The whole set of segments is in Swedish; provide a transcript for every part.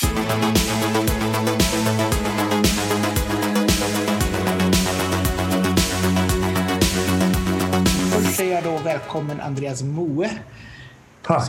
Först säger jag då välkommen Andreas Moe. Tack.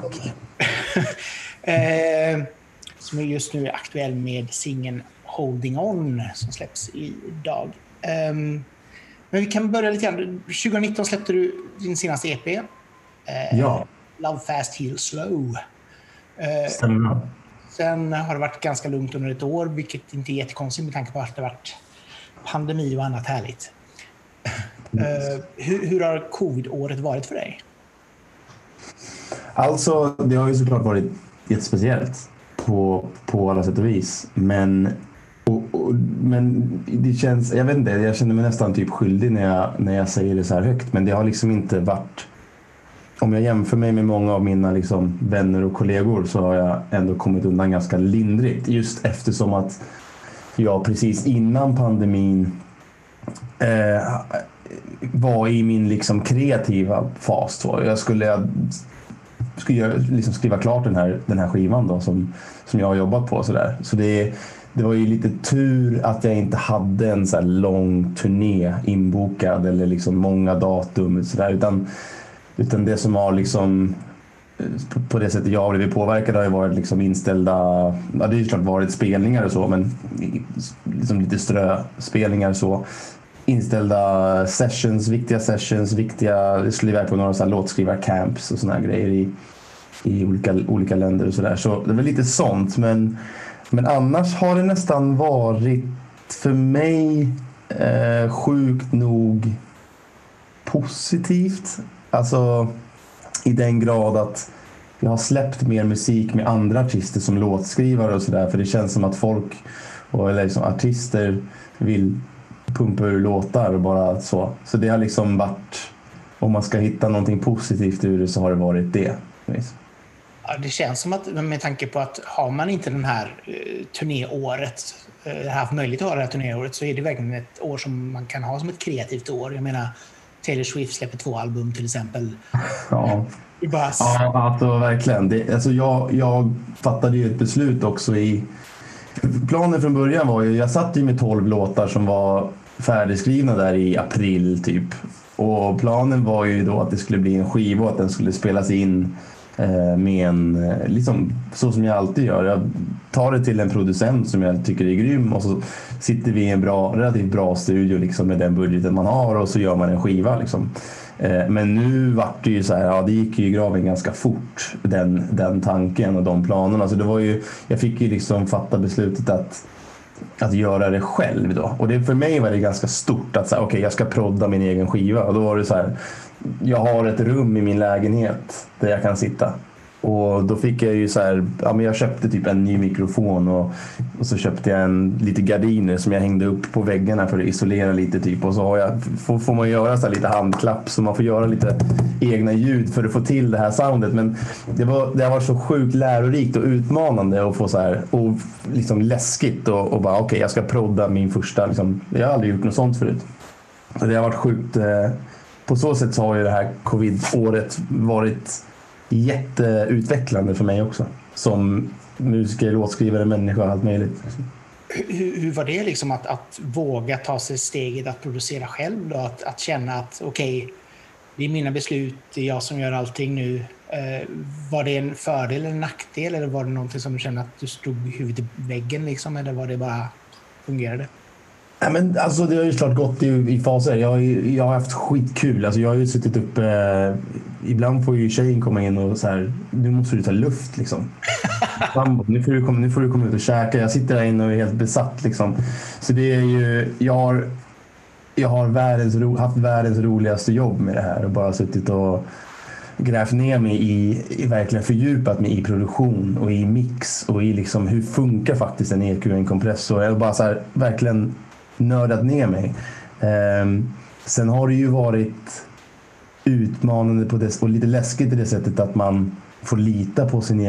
Som är just nu aktuell med singeln Holding On som släpps idag. Men vi kan börja lite grann. 2019 släppte du din senaste EP. Ja. Love Fast Heal Slow. Stämmer. Sen har det varit ganska lugnt under ett år, vilket inte är jättekonstigt med tanke på att det har varit pandemi och annat härligt. Hur har covid-året varit för dig? Alltså, det har ju såklart varit jättespeciellt på alla sätt och vis. Men det känns, jag vet inte, jag känner mig nästan typ skyldig när jag säger det så här högt. Men det har liksom inte varit, om jag jämför mig med många av mina liksom vänner och kollegor, så har jag ändå kommit undan ganska lindrigt. Just eftersom att jag precis innan pandemin var i min liksom kreativa fas. Så jag skulle liksom skriva klart den här skivan då, som jag har jobbat på. Så det var ju lite tur att jag inte hade en så här lång turné inbokad eller liksom många datum så där, utan det som har liksom på det sättet jag har blivit påverkad har ju varit liksom inställda, ja, det är ju klart varit spelningar och så, men liksom lite ströspelningar så, inställda sessions, jag skulle iväg på några så här låtskrivarcamps och såna här grejer i olika länder och sådär, så det var lite sånt, men annars har det nästan varit för mig sjukt nog positivt. Alltså i den grad att jag har släppt mer musik med andra artister som låtskrivare och sådär. För det känns som att folk, eller liksom artister, vill pumpa ur låtar och bara så. Så det har liksom varit, om man ska hitta någonting positivt ur det, så har det varit det. Ja, det känns som att, med tanke på att har man inte den här turnéåret, haft möjlighet att ha det här turnéåret, så är det verkligen ett år som man kan ha som ett kreativt år. Jag menar, Taylor Swift släpper 2 album till exempel. Ja, alltså, verkligen. Alltså jag fattade ju ett beslut också planen från början var ju, jag satt ju med 12 låtar som var färdigskrivna där i april typ. Och planen var ju då att det skulle bli en skiva och att den skulle spelas in med en, liksom så som jag alltid gör. Jag tar det till en producent som jag tycker är grym, och så sitter vi i en relativt bra studio liksom, med den budgeten man har, och så gör man en skiva liksom. Men nu vart det ju så här, ja, det gick ju i graven ganska fort, den tanken och de planerna. Så det var ju, jag fick ju liksom fatta beslutet att göra det själv då. Och det, för mig var det ganska stort att säga, okej, jag ska prodda min egen skiva. Och då var det så här, jag har ett rum i min lägenhet där jag kan sitta. Och då fick jag ju så här, ja, men jag köpte typ en ny mikrofon och så köpte jag lite gardiner som jag hängde upp på väggarna för att isolera lite typ. Och så får man göra så här lite handklapp, så man får göra lite egna ljud för att få till det här soundet. Men det har varit så sjukt lärorikt och utmanande att få så här, och liksom läskigt och bara okej, jag ska prodda min första liksom, jag har aldrig gjort något sånt förut. Så det har varit sjukt, på så sätt så har ju det här covid-året varit jätteutvecklande för mig också. Som musiker, låtskrivare, människa och allt möjligt. Hur var det liksom att våga ta sig steget att producera själv då? Att känna att okej, det är mina beslut, det är jag som gör allting nu. Var det en fördel eller en nackdel? Eller var det någonting som du kände att du stod huvudet i väggen liksom? Eller var det bara fungerade? Ja, men alltså, det har ju klart gått i faser. Jag har haft skitkul. Alltså, jag har ju suttit uppe. Ibland får ju tjejen komma in och så här, nu måste du ta luft liksom. Nu får du komma ut och käka. Jag sitter där inne och är helt besatt liksom. Så det är ju, jag har haft världens roligaste jobb med det här och bara suttit och grävt ner mig i verkligen fördjupat mig i produktion och i mix och i liksom hur funkar faktiskt en EQ, en kompressor. Jag har bara så här verkligen nördat ner mig. Sen har det ju varit utmanande på det, och lite läskigt i det sättet att man får lita på sin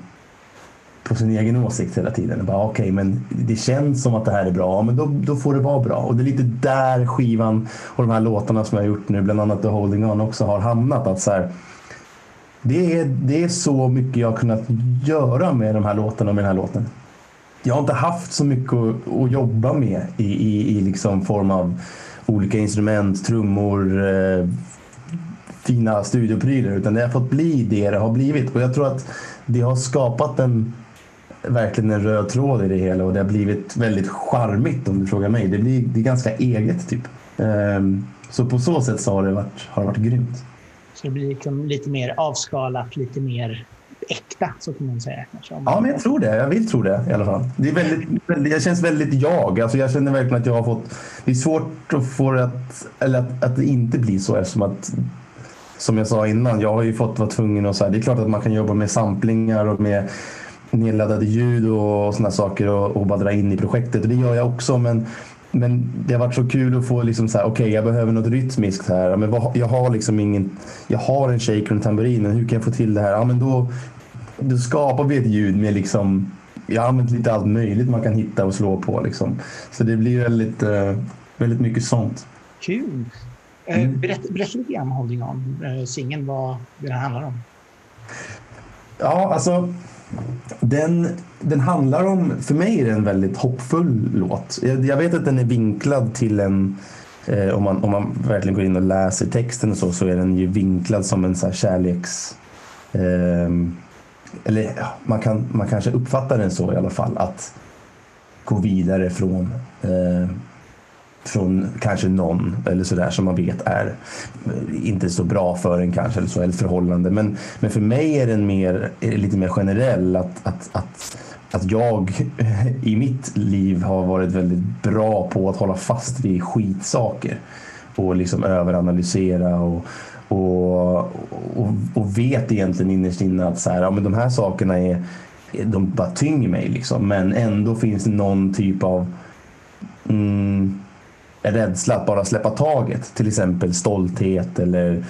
egen åsikt hela tiden. Bara okej, men det känns som att det här är bra, men då får det vara bra. Och det är lite där skivan och de här låtarna som jag har gjort nu, bland annat The Holding On, också har hamnat. Att så här, det är så mycket jag har kunnat göra med de här låtarna och med den här låten. jag har inte haft så mycket att jobba med i liksom form av olika instrument, trummor, fina studioprylar, utan det har fått bli det har blivit. Och jag tror att det har skapat verkligen en röd tråd i det hela, och det har blivit väldigt charmigt om du frågar mig. Det är ganska eget typ. Så på så sätt så har det varit grymt. Så det blir liksom lite mer avskalat, lite mer äkta, så kan man säga. Ja, men jag tror det. Jag vill tro det i alla fall. Det är väldigt, jag känns väldigt jag. Alltså jag känner verkligen att jag har fått... Det är svårt att få det att det inte blir så, eftersom att, som jag sa innan, jag har ju fått vara tvungen och så här. Det är klart att man kan jobba med samplingar och med nedladdade ljud och såna saker och bara dra in i projektet. Och det gör jag också, men det har varit så kul att få liksom så här, okej, jag behöver något rytmiskt här. Men jag har liksom jag har en shaker och en tamburin, men hur kan jag få till det här? Ja, men då skapar vi ett ljud med liksom, jag har använt lite allt möjligt man kan hitta och slå på liksom. Så det blir väldigt mycket sånt. Kul. Berätta lite grann om Holding On, singeln, vad den handlar om. Ja, alltså den handlar om, för mig är det en väldigt hoppfull låt. Jag vet att den är vinklad till en, om man verkligen går in och läser texten och så är den ju vinklad som en så här kärleks... eller ja, man kanske uppfattar den så i alla fall, att gå vidare från kanske någon eller sådär som man vet är inte så bra för en kanske, eller så, eller förhållande, men för mig är den lite mer generell, att jag i mitt liv har varit väldigt bra på att hålla fast vid skitsaker och liksom överanalysera och vet egentligen innerst inne att så här, ja, men de här sakerna de bara tynger mig liksom, men ändå finns det någon typ av rädsla att bara släppa taget, till exempel stolthet eller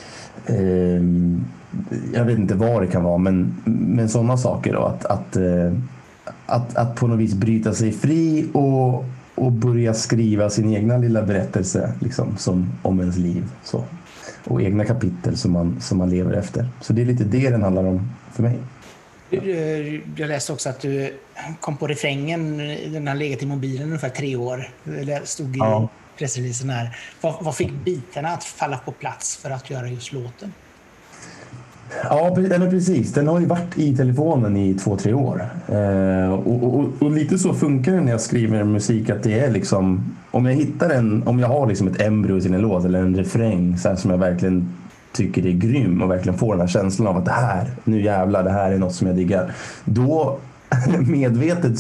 jag vet inte vad det kan vara, men sådana saker då, att på något vis bryta sig fri och börja skriva sin egna lilla berättelse liksom, som om ens liv så, och egna kapitel som man lever efter. Så det är lite det den handlar om för mig. Jag läste också att du kom på refrängen, den har legat i mobilen ungefär 3 år. Det stod i pressreleasen här. Vad fick bitarna att falla på plats för att göra just låten? Ja, eller precis. Den har ju varit i telefonen i 2-3 år. Och lite så funkar det när jag skriver musik, att det är liksom, om jag har liksom ett embryo till en låt eller en refräng så här, som jag verkligen tycker det är grym och verkligen får den här känslan av att det här är något som jag diggar, då medvetet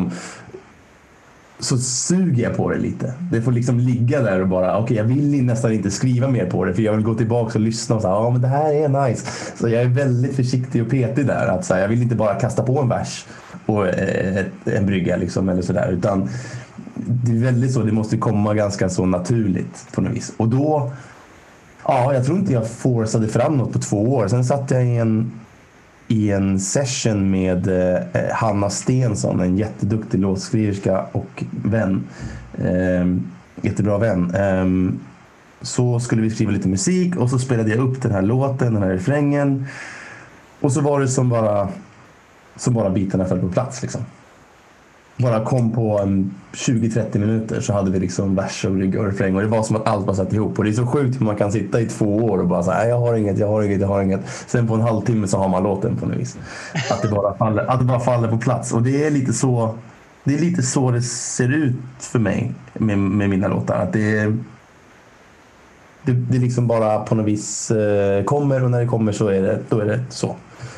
så suger jag på det lite. Det får liksom ligga där och bara, okej, jag vill nästan inte skriva mer på det, för jag vill gå tillbaka och lyssna och säga, ja men det här är nice. Så jag är väldigt försiktig och petig där, att så här, jag vill inte bara kasta på en vers och en brygga liksom, eller sådär, utan det är väldigt så, det måste komma ganska så naturligt på något vis. Och då, jag tror inte jag forcade fram något på 2 år. Sen satt jag i en session med Hanna Stensson, en jätteduktig låtskriverska och vän. Jättebra vän. Så skulle vi skriva lite musik och så spelade jag upp den här låten, den här refrängen. Och så var det som bara bitarna föll på plats liksom. Bara kom på 20-30 minuter så hade vi liksom vers och rygg och refräng, och det var som att allt bara satt ihop. Och det är så sjukt hur man kan sitta i 2 år och bara säga, jag har inget. Sen på en halvtimme så har man låten på något vis. Att det bara faller på plats. Och det är lite så det ser ut för mig med mina låtar. Att det liksom bara på något vis kommer, och när det kommer så är det så.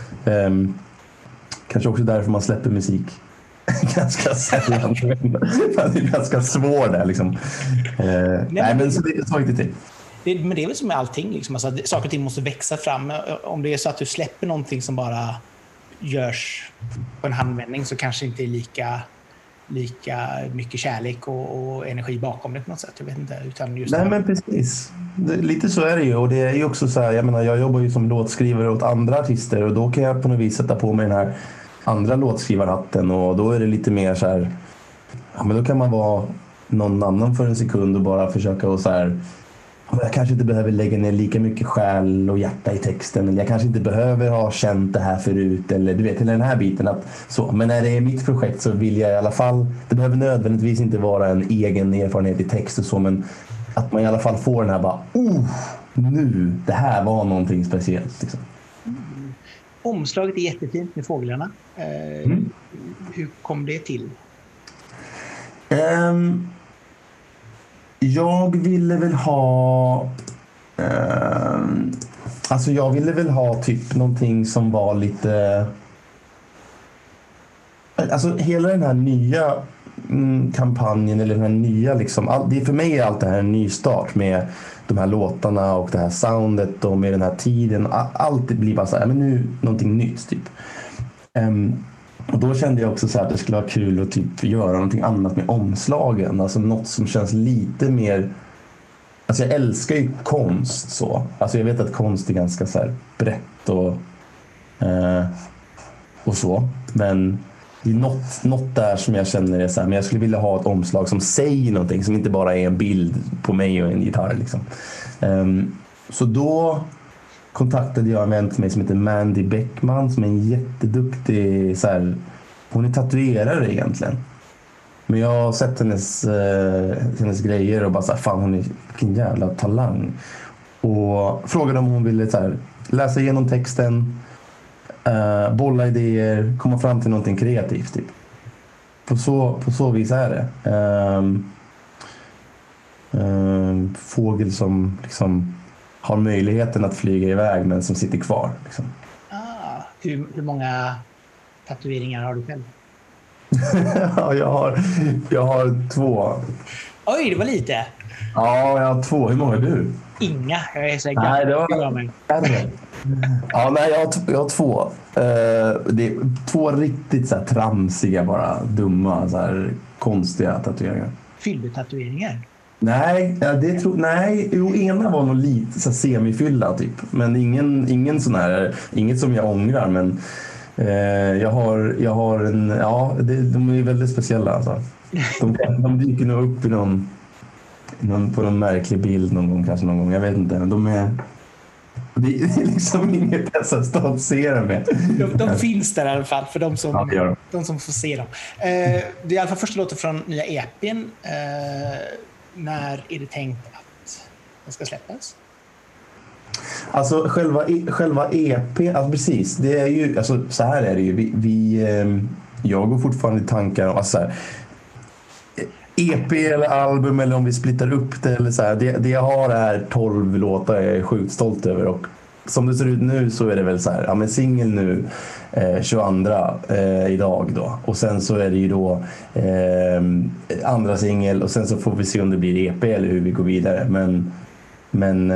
Kanske också därför man släpper musik ganska sällan. Det är ganska svår där liksom. Nej, men så gick det till. Men det är väl som med allting liksom, alltså, saker och ting måste växa fram. Om det är så att du släpper någonting som bara görs på en handvändning, så kanske inte är lika mycket kärlek och energi bakom det på något sätt. Jag vet inte, utan just nej, men precis. Lite så är det ju, och det är ju också så här, jag menar, jag jobbar ju som låtskrivare åt andra artister, och då kan jag på något vis sätta på mig den här andra låtskrivarhatten, och då är det lite mer så här, men då kan man vara någon annan för en sekund och bara försöka och så här, jag kanske inte behöver lägga ner lika mycket själ och hjärta i texten, eller jag kanske inte behöver ha känt det här förut, eller du vet, eller den här biten att så. Men när det är mitt projekt så vill jag i alla fall, det behöver nödvändigtvis inte vara en egen erfarenhet i text och så, men att man i alla fall får den här bara, nu, det här var någonting speciellt liksom. Omslaget är jättefint med fåglarna. Hur kom det till? Jag ville väl ha typ någonting som var lite, alltså hela den här nya kampanjen eller den här nya liksom, det för mig är allt det här en ny start med de här låtarna och det här soundet och med den här tiden, allt blir bara så här, men nu någonting nytt typ. Och då kände jag också så här att det skulle vara kul att typ göra någonting annat med omslagen, alltså något som känns lite mer, alltså jag älskar ju konst så, alltså jag vet att konst är ganska så här brett och så, men det är något där som jag känner är så här, men jag skulle vilja ha ett omslag som säger någonting, som inte bara är en bild på mig och en gitarr liksom. Så då kontaktade jag en vän till mig som heter Mandy Bäckman, som är en jätteduktig så här, hon är tatuerare egentligen. Men jag har sett hennes grejer och bara så här, fan hon är vilken jävla talang. Och frågade om hon ville så här, läsa igenom texten, bolla idéer, komma fram till någonting kreativt typ. På så vis är det. Fågel som liksom har möjligheten att flyga iväg men som sitter kvar liksom. Hur många tatueringar har du själv? Ja, jag har 2. Oj, det var lite. Ja, jag har 2. Hur många är du? Inga, jag är säker. Nej, det var... Ja, nej, jag har 2. Det är 2 riktigt så här tramsiga, bara dumma, så här konstiga tatueringar. Fylltatueringar? Nej, ena var nog lite så semifylla typ, men ingen sån här, inget som jag ångrar, men jag har en, ja, de är väldigt speciella alltså. De dyker nog upp i på någon märklig bild någon gång, jag vet inte, men det är liksom inget jag stoltserar med. De finns där i alla fall för de som får se dem. Det är i alla fall första låten från nya EP:n. När är det tänkt att den ska släppas? Alltså själva EP, alltså precis, det är ju, alltså så här är det ju, jag går fortfarande i tankar om, alltså så här, EP eller album, eller om vi splittar upp det eller så här, det jag har är 12 låtar jag är sjukt stolt över, och som det ser ut nu så är det väl så här, ja men singel nu 22 idag då, och sen så är det ju då andra singel, och sen så får vi se om det blir EP eller hur vi går vidare, men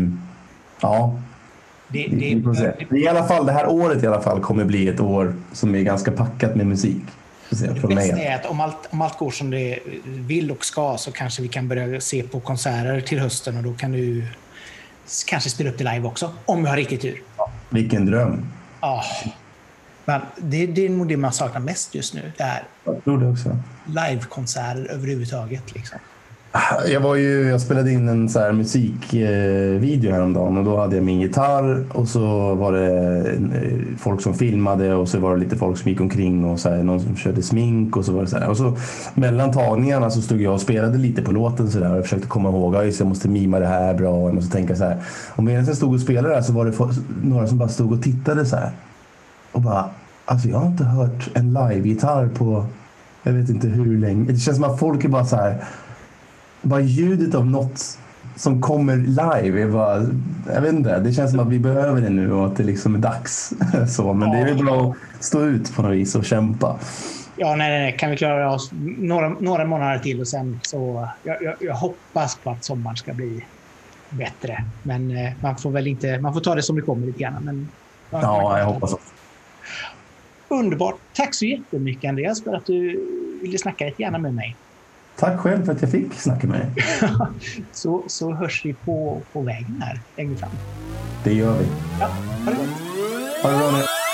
ja, det är i alla fall, det här året i alla fall kommer bli ett år som är ganska packat med musik. Det bästa är att om allt går som det vill och ska, så kanske vi kan börja se på konserter till hösten, och då kan du kanske spela upp det live också, om jag har riktigt tur. Ja, vilken dröm. Ja. Men det är nog det man saknar mest just nu. Det här. Jag tror det också. Livekonserter överhuvudtaget liksom. Jag spelade in en så här musikvideo häromdagen, och då hade jag min gitarr, och så var det folk som filmade, och så var det lite folk som gick omkring, och så här, någon som körde smink, och så var det så här. Och så mellan tagningarna så stod jag och spelade lite på låten så där, och jag försökte komma ihåg att jag måste mima det här bra, och jag måste tänka så här. Och medan jag stod och spelade där så var det några som bara stod och tittade så här, och bara, alltså jag har inte hört en live-gitarr på jag vet inte hur länge. Det känns som att folk är bara så här, bara ljudet av något som kommer live är bara, jag vet inte, det känns som att vi behöver det nu, och att det liksom är dags så, men det är väl bra att stå ut på något vis och kämpa. Ja, nej, kan vi klara oss några månader till, och sen så jag hoppas på att sommaren ska bli bättre, men man får ta det som det kommer lite grann, men ja, jag hoppas också. Underbart. Tack så jättemycket, Andreas, för att du ville snacka lite gärna med mig. Tack själv för att jag fick snacka med dig. så hörs vi på vägen här längre fram. Det gör vi. Ja, ha det gott. Ha det bra nu.